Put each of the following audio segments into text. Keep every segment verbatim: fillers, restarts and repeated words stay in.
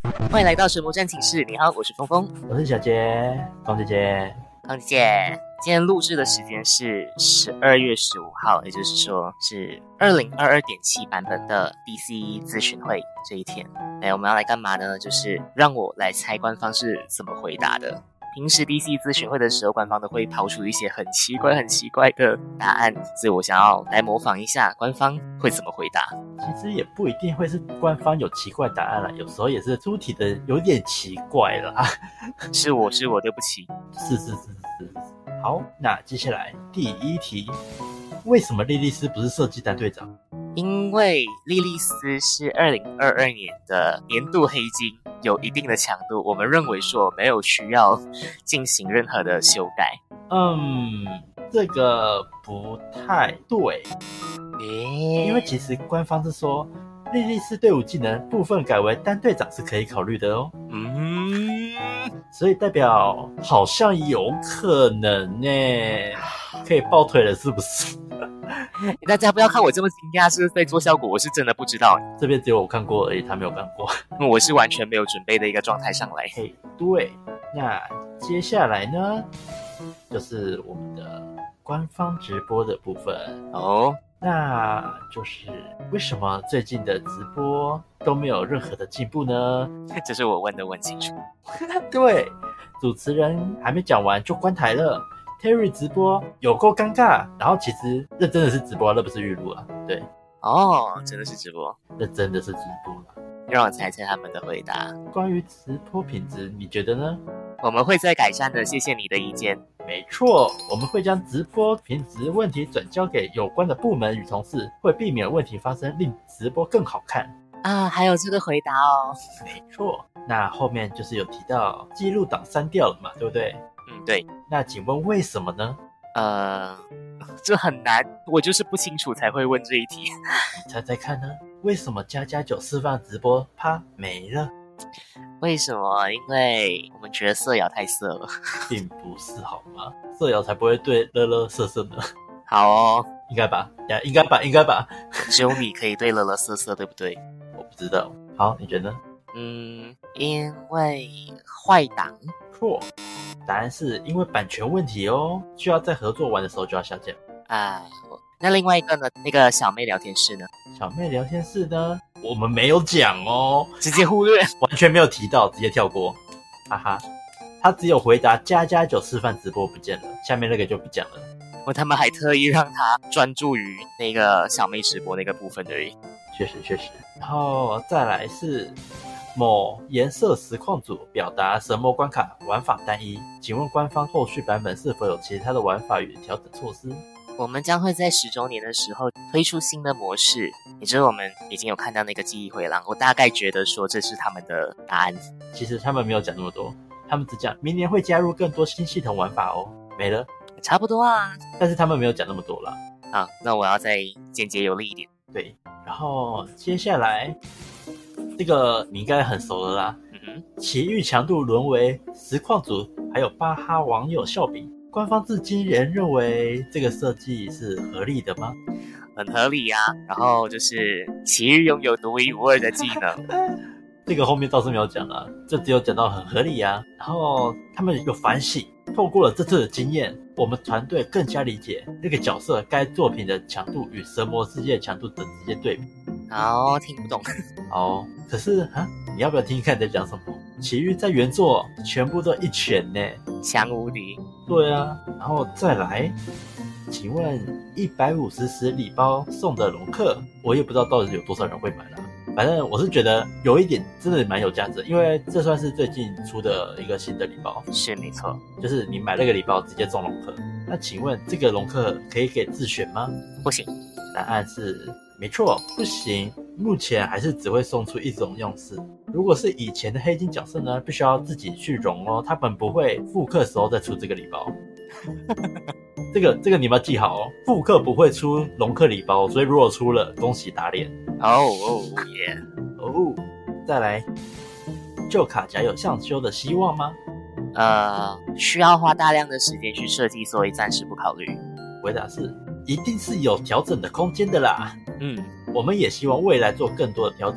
欢迎来到神魔战寝室，你好，我是峰峰， 我是小杰，光姐姐， 光姐姐。今天录制的时间是十二月十五号，也就是说是二零二二点七版本的 D C 咨询会这一天。哎，我们要来干嘛呢？就是让我来猜官方是怎么回答的。平时 D C 咨询会的时候，官方都会抛出一些很奇怪、很奇怪的答案，所以我想要来模仿一下官方会怎么回答。 其实也不一定会是官方有奇怪答案啦，有时候也是出题的有点奇怪啦。 是我是我，对不起。 是是是是是。好，那接下来第一题，为什么莉莉丝不是射击单队长？ 因为莉莉丝是二零二二年的年度黑金，有一定的强度，我们认为说没有需要进行任何的修改。 嗯，这个不太对， 诶， 因为其实官方是说莉莉丝队伍技能部分改为单队长是可以考虑的哦。 嗯， 所以代表好像有可能呢，可以抱腿了是不是？ 大家不要看我这么惊讶，是在做效果，我是真的不知道。 这边只有我看过而已，他没有看过。 我是完全没有准备的一个状态上来。 嘿，对，那接下来呢，就是我们的官方直播的部分哦。 那就是为什么最近的直播都没有任何的进步呢？ 这是我问的，问清楚。 对，主持人还没讲完就关台了。Terry 直播有够尴尬，然后其实这真的是直播，那不是预录啊。对， 哦，真的是直播， 这真的是直播了。 让我猜猜他们的回答。 关于直播品质，你觉得呢？ 我们会再改善的，谢谢你的意见。 没错，我们会将直播品质问题转交给有关的部门与同事，会避免问题发生，令直播更好看。 啊，还有这个回答哦。 没错，那后面就是有提到记录档删掉了嘛，对不对？ 嗯，对。 那请问为什么呢？ 呃，这很难，我就是不清楚才会问这一题。 你猜猜看呢？为什么加加九示范直播啪没了？ 为什么？因为我们觉得色瑶太色了。 并不是好吗？色瑶才不会对乐乐色色呢。 好哦， 应该吧？呀，应该吧，应该吧。 只有你可以对乐乐色色，对不对？ 我不知道。好，你觉得？ 嗯，因为坏档。 错，答案是因为版权问题哦，需要在合作完的时候就要下架。 啊，那另外一个呢？那个小妹聊天室呢？ 小妹聊天室呢？我们没有讲哦， 直接忽略， 完全没有提到，直接跳过。哈哈，他只有回答加加九示范直播不见了，下面那个就不讲了。 我他们还特意让他专注于那个小妹直播那个部分而已。 确实确实，然后再来是某颜色实况组表达神魔关卡玩法单一，请问官方后续版本是否有其他的玩法与调整措施？ 我们将会在十周年的时候推出新的模式，也就是我们已经有看到那个记忆回廊，我大概觉得说这是他们的答案。 其实他们没有讲那么多，他们只讲明年会加入更多新系统玩法哦，没了， 差不多啊。 但是他们没有讲那么多啦。 好，那我要再简洁有力一点。 对，然后接下来这个你应该很熟了啦。 嗯哼， 奇遇强度沦为实况组还有巴哈网友笑柄，官方至今仍认为这个设计是合理的吗？ 很合理啊。然后就是奇遇拥有独一无二的技能。 这个后面倒是没有讲啦，就只有讲到很合理啊。然后他们有反省，透过了这次的经验，我们团队更加理解那个角色该作品的强度与神魔世界的强度的直接对比。 好，听不懂。 哦，可是啊，你要不要听听看你在讲什么？奇遇在原作全部都一拳呢， 强无敌。 对啊，然后再来，请问一百五十十礼包送的龙客，我也不知道到底有多少人会买啦。反正我是觉得有一点真的蛮有价值的，因为这算是最近出的一个新的礼包。 是没错， 就是你买那个礼包直接中龙客。那请问这个龙客可以给自选吗？ 不行。 答案是没错，不行。目前还是只会送出一种样式。如果是以前的黑金角色呢，必须要自己去融哦，他们不会复刻时候再出这个礼包。这个这个你们要记好哦，复刻不会出龙客礼包，所以如果出了，恭喜打脸。 哦哦耶！ 哦，再来，旧卡甲有上修的希望吗？ 呃，需要花大量的时间去设计，所以暂时不考虑。 回答是，一定是有调整的空间的啦。 嗯， 我们也希望未来做更多的调整，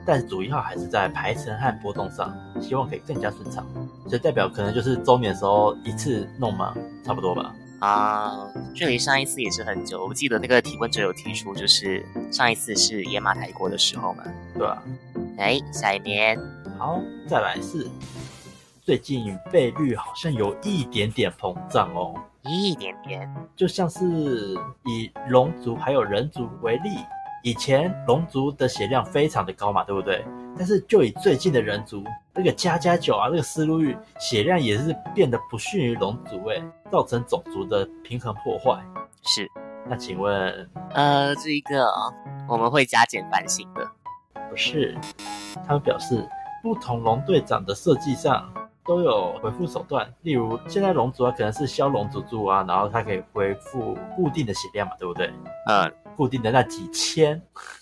但主要还是在排程和波动上，希望可以更加顺畅。所以代表可能就是周年的时候一次弄嘛，差不多吧。 啊，距离上一次也是很久。我记得那个提问者有提出，就是上一次是野马台国的时候嘛， 对吧？ 哎，下一面， 好，再来是最近倍率好像有一点点膨胀哦， 一点点， 就像是以龙族还有人族为例，以前龙族的血量非常的高嘛，对不对？但是就以最近的人族，那个加加九啊，那个思路域血量也是变得不逊于龙族，诶，造成种族的平衡破坏。 是。 那请问， 呃，这一个我们会加减反省的。 不是？他们表示，不同龙队长的设计上都有回复手段，例如现在龙族啊可能是骁龙族族啊，然后它可以恢复固定的血量嘛，对不对？ 嗯， 固定的那几千。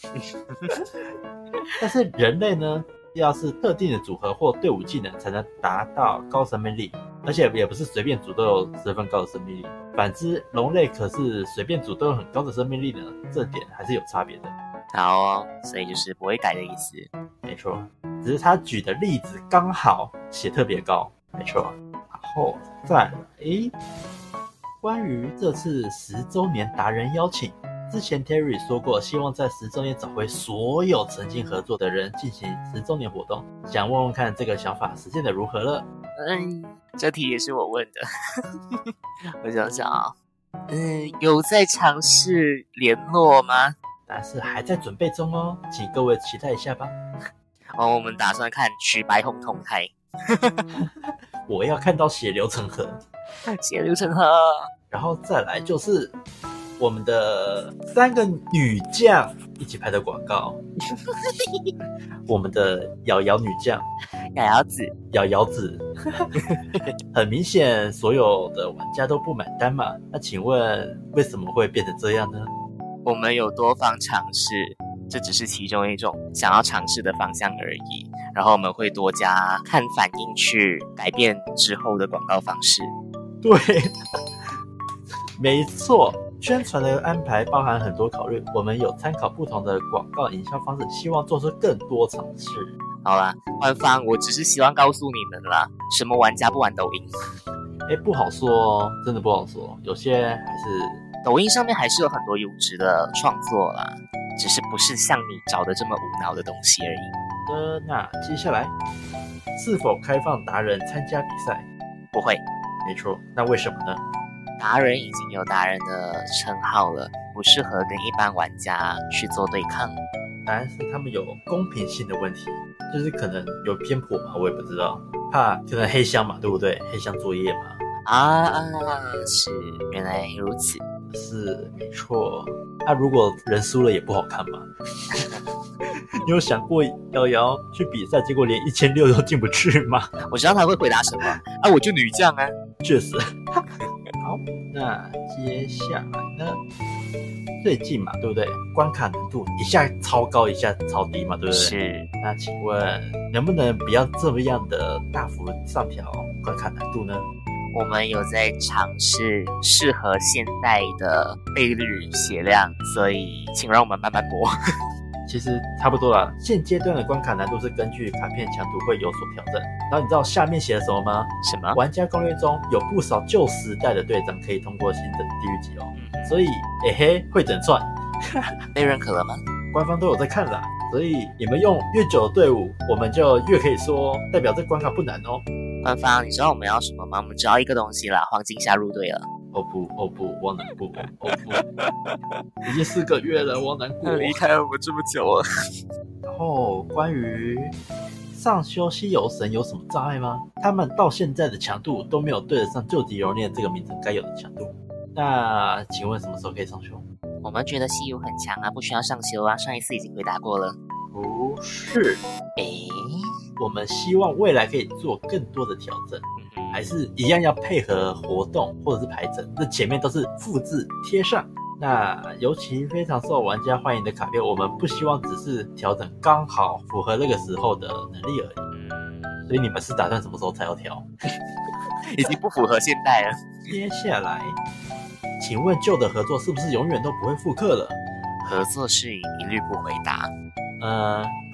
但是人类呢，要是特定的组合或队伍技能才能达到高生命力，而且也不是随便组都有十分高的生命力。反之，龙类可是随便组都有很高的生命力呢，这点还是有差别的。 好哦，所以就是不会改的意思。 没错，只是他举的例子刚好写特别高。没错，然后再来，关于这次十周年达人邀请。之前 Terry 说过，希望在十周年找回所有曾经合作的人进行十周年活动，想问问看这个想法实现的如何了？ 嗯，这题也是我问的。我想想啊，嗯，有在尝试联络吗？ 但是还在准备中哦，请各位期待一下吧。 哦，我们打算看曲白红同台。 我要看到血流成河， 血流成河。 然后再来就是我们的三个女将一起拍的广告。我们的瑶瑶女将， 瑶瑶子， 瑶瑶子。很明显所有的玩家都不买单嘛，那请问为什么会变成这样呢？ 我们有多方尝试，这只是其中一种想要尝试的方向而已，然后我们会多加看反应去改变之后的广告方式。 对，没错，宣传的安排包含很多考虑，我们有参考不同的广告营销方式，希望做出更多尝试。 好啦，官方，我只是希望告诉你们啦，什么玩家不玩抖音？ 哎，不好说哦，真的不好说，有些还是抖音上面还是有很多优质的创作啦，只是不是像你找的这么无脑的东西而已。 呃，那接下来是否开放达人参加比赛？ 不会。 没错，那为什么呢？ 达人已经有达人的称号了，不适合跟一般玩家去做对抗。 答案是他们有公平性的问题，就是可能有偏颇嘛，我也不知道，怕可能黑箱嘛，对不对？黑箱作业嘛。 啊，是，原来如此。 是，没错。那、啊、如果人输了也不好看嘛。你有想过瑶瑶去比赛，结果连一千六都进不去吗？ 我知道他会回答什么啊，我就女将啊。 确实。好，那接下来呢？最近嘛，对不对？关卡难度一下超高，一下超低嘛，对不对？ 是。 那请问能不能不要这么样的大幅上调关卡难度呢？ 我们有在尝试适合现代的倍率血量，所以请让我们慢慢磨。 其实差不多啦，现阶段的关卡难度是根据卡片强度会有所调整。然后你知道下面写了什么吗？ 什么？ 玩家攻略中有不少旧时代的队长可以通过新的地狱级哦，嗯、所以诶嘿会整串。 被认可了吗？ 官方都有在看啦，所以你们用越久的队伍，我们就越可以说代表这关卡不难哦。 官方，你知道我们要什么吗？我们只要一个东西啦，黄金虾入队了。 哦不，哦不，我难过，哦不，已经四个月了，我难过。 离开了我们这么久了。 然后关于上修稀有神有什么障碍吗？他们到现在的强度都没有对得上救急蹂躏这个名称该有的强度。那请问什么时候可以上修？ 我们觉得稀有很强啊，不需要上修啊，上一次已经回答过了。 不是， 诶， 我们希望未来可以做更多的调整。还是一样要配合活动或者是排程，这前面都是复制贴上。那尤其非常受玩家欢迎的卡片，我们不希望只是调整刚好符合那个时候的能力而已。所以你们是打算什么时候才要调？ 已经不符合现代了。 接下来，请问旧的合作是不是永远都不会复刻了？ 合作事宜一律不回答。 呃，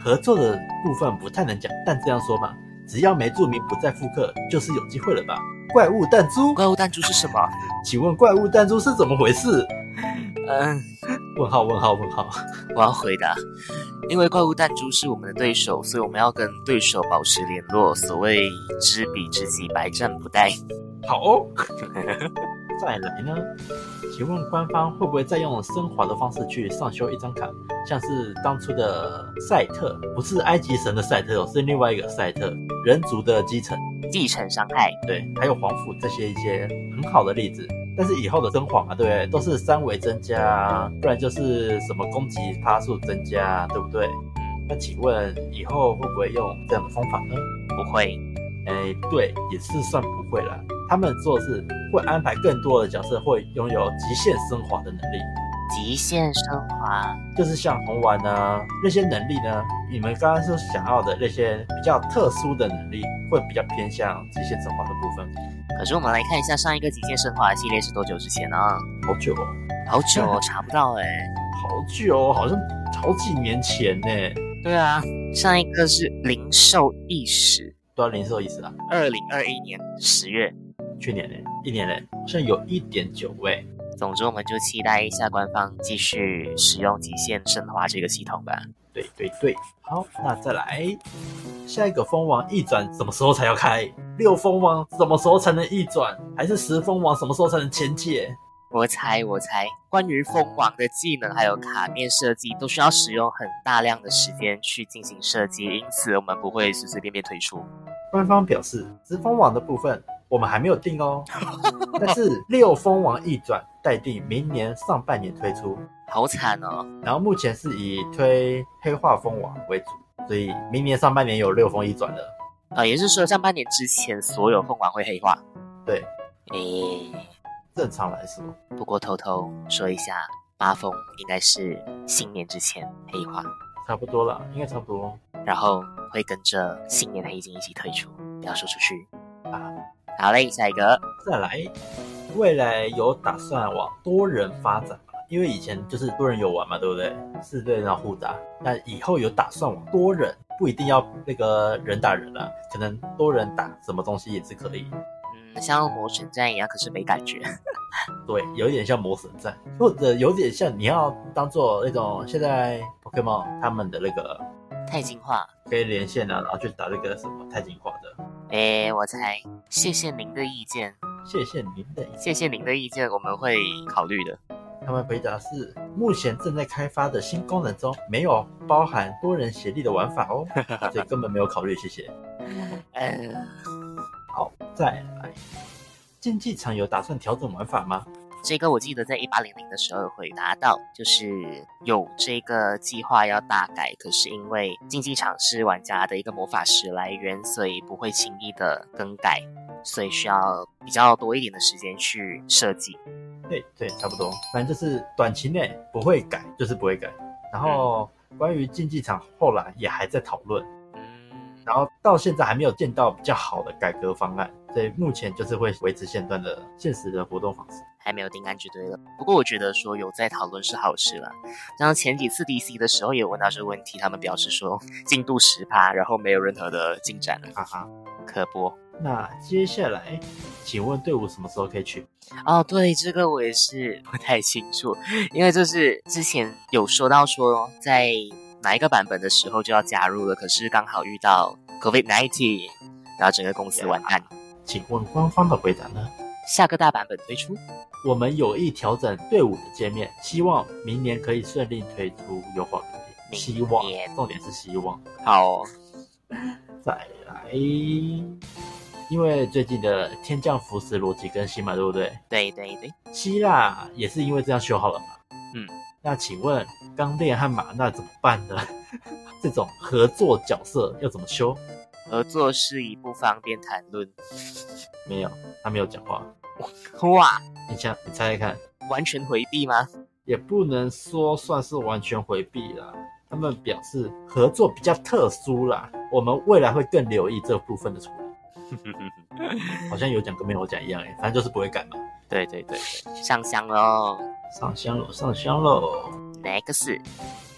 合作的部分不太能讲，但这样说嘛，只要没注明不再复刻，就是有机会了吧？怪物弹珠， 怪物弹珠是什么？ 请问怪物弹珠是怎么回事？ 嗯， 问号问号问号。 我要回答，因为怪物弹珠是我们的对手，所以我们要跟对手保持联络。所谓知彼知己，百战不殆。 好哦。再来呢？请问官方会不会再用升华的方式去上修一张卡？像是当初的赛特，不是埃及神的赛特，是另外一个赛特，人族的继承， 继承伤害， 对，还有皇甫这些一些很好的例子。但是以后的升华啊，对不对？都是三维增加，不然就是什么攻击趴数增加，对不对？那请问以后会不会用这样的方法呢？ 不会。 哎，对，也是算不会啦。他们做的是会安排更多的角色会拥有极限升华的能力。 极限升华就是像红丸啊那些能力呢，你们刚刚所想要的那些比较特殊的能力，会比较偏向极限升华的部分。 可是我们来看一下上一个极限升华的系列是多久之前呢？ 好久哦， 好久哦，查不到哎、欸。 好久哦，好像好几年前呢。 对啊，上一个是灵兽意识， 对啊，零售意思啊， 二零二一年十月， 去年呢，一年呢，好像有一点久哎。 总之，我们就期待一下官方继续使用极限升华这个系统吧。 对对对，好，那再来下一个蜂王一转什么时候才要开？六蜂王什么时候才能一转？还是十蜂王什么时候才能前解？ 我猜，我猜，关于蜂王的技能还有卡面设计，都需要使用很大量的时间去进行设计，因此我们不会随随便便推出。 官方表示，十蜂王的部分我们还没有定哦，但是六蜂王一转待定明年上半年推出。 好惨哦！ 然后目前是以推黑化蜂王为主，所以明年上半年有六蜂一转了。 呃，也就是说上半年之前所有蜂王会黑化。 对， 诶， 正常来说。 不过偷偷说一下，八蜂应该是新年之前黑化， 差不多了，应该差不多。 然后会跟着新年黑金一起推出，不要说出去啊。 好嘞，下一个， 再来，未来有打算往多人发展吗？因为以前就是多人游玩嘛，对不对？四队然后互打，那以后有打算往多人，不一定要那个人打人啦，可能多人打什么东西也是可以。 嗯，像魔神战一样，可是没感觉。 对，有一点像魔神战，或者有点像你要当做那种现在 Pokemon 他们的那个太进化， 可以连线啊，然后去打那个什么太进化的。 诶，我猜，谢谢您的意见， 谢谢您的意见， 谢谢您的意见，我们会考虑的。 他们回答是，目前正在开发的新功能中没有包含多人协力的玩法哦，所以根本没有考虑，谢谢。 呃， 好，再来，竞技场有打算调整玩法吗？ 这个我记得在一八零零的时候有回答到，就是有这个计划要大改，可是因为竞技场是玩家的一个魔法石来源，所以不会轻易的更改，所以需要比较多一点的时间去设计。 对对，差不多，反正就是短期内不会改，就是不会改。然后关于竞技场后来也还在讨论，然后到现在还没有见到比较好的改革方案，所以目前就是会维持现段的现实的活动方式， 还没有定案就对了。不过我觉得说有在讨论是好事啦。像前几次 D C 的时候也有问到这个问题，他们表示说进度 百分之十，然后没有任何的进展了， 哈哈， 可播。 那接下来，请问队伍什么时候可以去？ 哦，对，这个我也是不太清楚，因为就是之前有说到说在哪一个版本的时候就要加入了，可是刚好遇到 COVID 十九， 然后整个公司完蛋。 请问官方的回答呢？ 下个大版本推出， 我们有意调整队伍的界面，希望明年可以顺利推出优化更新。希望，重点是希望。 好、哦， 再来。因为最近的天降福石逻辑更新嘛，对不对？ 对对对， 希腊也是因为这样修好了嘛。 嗯， 那请问钢炼和马纳怎么办呢？这种合作角色要怎么修？ 合作事宜不方便谈论。 没有，他没有讲话。 哇， 你想，你猜猜看， 完全回避吗？ 也不能说算是完全回避啦。他们表示合作比较特殊啦，我们未来会更留意这部分的处理。好像有讲跟没有讲一样诶，反正就是不会改嘛。 对对对对，上香喽， 上香喽，上香喽。 Next，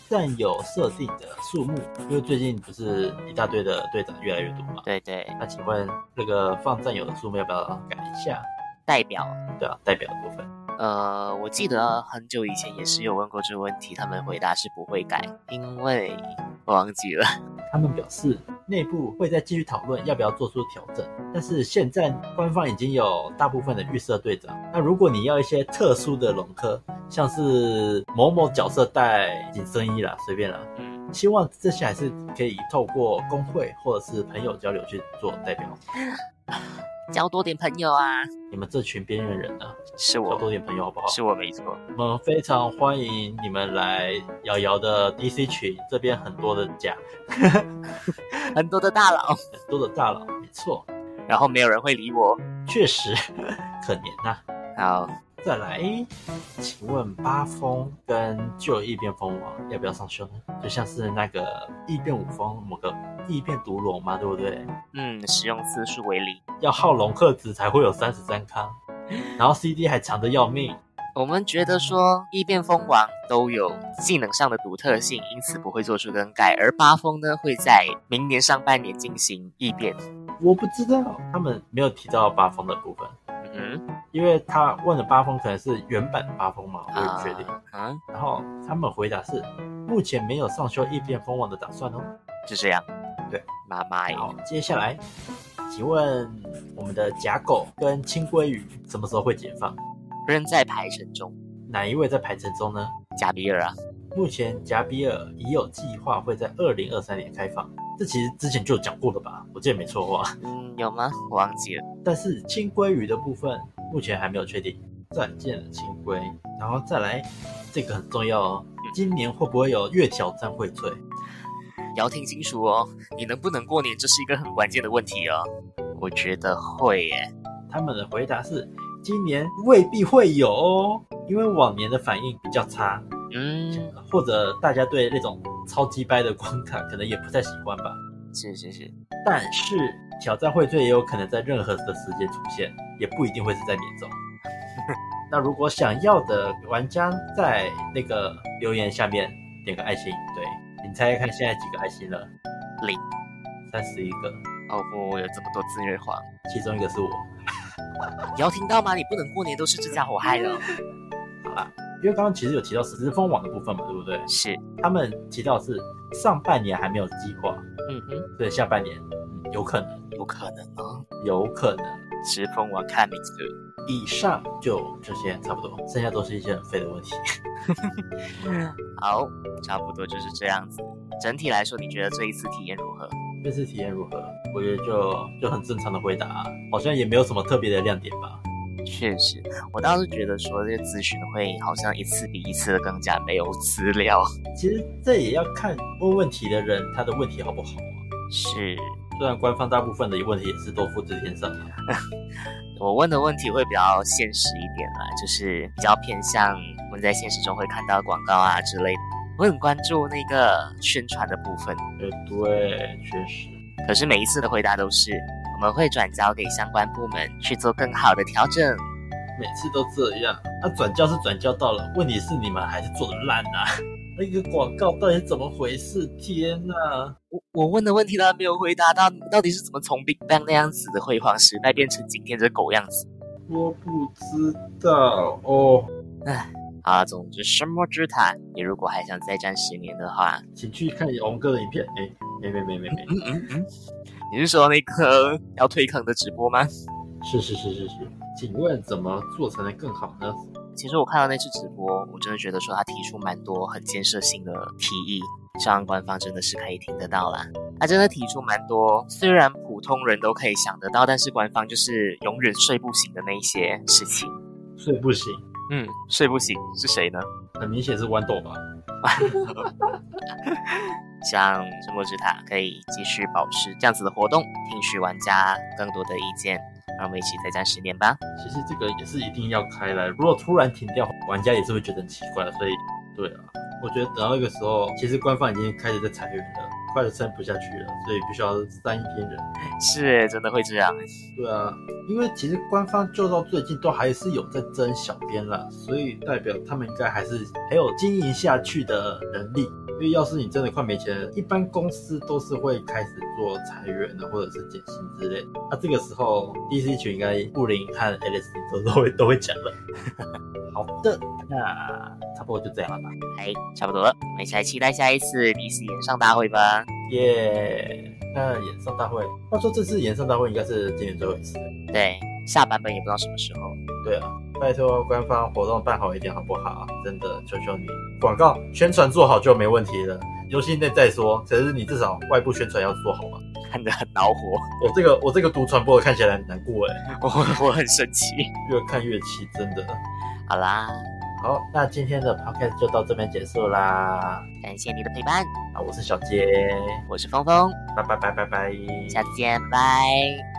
占有设定的数目，因为最近不是一大堆的队长越来越多嘛？ 对对， 那请问这个放占有的数目要不要改一下？ 代表， 对啊，代表的部分。 呃，我记得很久以前也是有问过这个问题，他们回答是不会改，因为我忘记了。 他们表示内部会再继续讨论要不要做出调整，但是现在官方已经有大部分的预设队长。那如果你要一些特殊的龙科，像是某某角色带紧身衣啦，随便啦，嗯，希望这些还是可以透过工会或者是朋友交流去做代表。 交多点朋友啊！ 你们这群边缘人啊， 是我交多点朋友好不好？ 是我没错。 我们非常欢迎你们来瑶瑶的 D C 群，这边很多的假， 很多的大佬， 很多的大佬，没错。 然后没有人会理我， 确实可怜呐、 啊。好， 再来，请问八风跟旧异变风王要不要上修呢？就像是那个异变五风某个异变毒龙嘛，对不对？ 嗯，使用次数为零， 要耗龙克值才会有三十三康，然后 C D 还长得要命。 我们觉得说异变风王都有技能上的独特性，因此不会做出更改，而八风呢会在明年上半年进行异变。 我不知道，他们没有提到八风的部分。 嗯， 因为他问的八风可能是原版的八风嘛，我也不确定。 啊，嗯， 然后他们回答是目前没有上修异变风王的打算哦。 就这样。 对， 妈妈耶。 好，接下来，请问我们的假狗跟青鲑鱼什么时候会解放？ 仍在排程中。 哪一位在排程中呢？ 加比尔啊。 目前贾比尔已有计划会在二零二三年开放，这其实之前就有讲过了吧？我记得没错的话。 嗯，有吗？我忘记了。 但是青鲑鱼的部分目前还没有确定。再见了青鲑，然后再来这个很重要哦，今年会不会有月挑战荟萃？ 要听清楚哦，你能不能过年这是一个很关键的问题哦。我觉得会耶。 他们的回答是今年未必会有哦，因为往年的反应比较差。 嗯， 或者大家对那种超级掰的关卡可能也不太喜欢吧。 是是是， 但是挑战荟萃也有可能在任何的时间出现，也不一定会是在年中。那如果想要的玩家在那个留言下面点个爱心，对，你猜猜看现在几个爱心了？ 零， 三十一个。 哦不，我有这么多自虐狂， 其中一个是我。 你要听到吗？你不能过年都是这家伙害的。 好啦，因为刚刚其实有提到十风网的部分嘛，对不对？ 是， 他们提到是上半年还没有计划， 嗯哼， 所以下半年、嗯、有可能， 有可能哦， 有可能。 直风我看名字。 以上就这些差不多，剩下都是一些很废的问题。 好，差不多就是这样子。整体来说，你觉得这一次体验如何？ 这次体验如何？我觉得就就很正常的回答，好像也没有什么特别的亮点吧。 确实，我倒是觉得说这个咨询会好像一次比一次的更加没有资料。 其实这也要看问问题的人他的问题好不好啊。 是， 虽然官方大部分的问题也是都复制贴上的。 我问的问题会比较现实一点啦，就是比较偏向我们在现实中会看到广告啊之类的。我很关注那个宣传的部分。 对对，确实。 可是每一次的回答都是我们会转交给相关部门去做更好的调整。 每次都这样，那、啊、转交是转交到了，问题是你们还是做的烂啊！那个广告到底是怎么回事？天哪！ 我我问的问题他没有回答到，你们到底是怎么从 Big Bang 那样子的辉煌时代变成今天这狗样子？ 我不知道哦。 唉，啊，总之神魔之塔，你如果还想再战十年的话， 请去看王哥的影片。哎，没没没没没。 嗯嗯嗯，你是说那个要推坑的直播吗？ 是是是是是。请问怎么做才能更好呢？ 其实我看到那次直播，我真的觉得说他提出蛮多很建设性的提议，希望官方真的是可以听得到啦。他真的提出蛮多，虽然普通人都可以想得到，但是官方就是永远睡不醒的那一些事情。 睡不醒？ 嗯，睡不醒是谁呢？ 很明显是豌豆吧。 希望神魔之塔可以继续保持这样子的活动，听取玩家更多的意见，让我们一起再战十年吧。 其实这个也是一定要开来，如果突然停掉，玩家也是会觉得很奇怪的。所以，对啊，我觉得等到那个时候，其实官方已经开始在裁员了， 快的撑不下去了，所以必须要删一批人。 是真的会这样。 对啊，因为其实官方就到最近都还是有在争小编啦，所以代表他们应该还是还有经营下去的能力。因为要是你真的快没钱了，一般公司都是会开始做裁员啊，或者是减薪之类的。那、啊、这个时候 D C 群应该布林和 Alice 都都会都会讲了。好的，那差不多就这样了吧。 哎，差不多了，我们一起来期待下一次 D C 演上大会吧。 耶、yeah, 那演上大会，话说这次演上大会应该是今年最后一次。 对，下版本也不知道什么时候。 对啊，拜托官方活动办好一点好不好？真的求求你，广告宣传做好就没问题了，游戏内再说，可是你至少外部宣传要做好嘛。 看得很恼火， 我这个我这个读传播的看起来很难过哎， 我我很生气， 越看越气，真的。 好啦， 好，那今天的 podcast 就到这边结束啦， 感谢你的陪伴。 啊，我是小杰， 我是峰峰， 拜拜拜拜拜， 下次见，拜拜。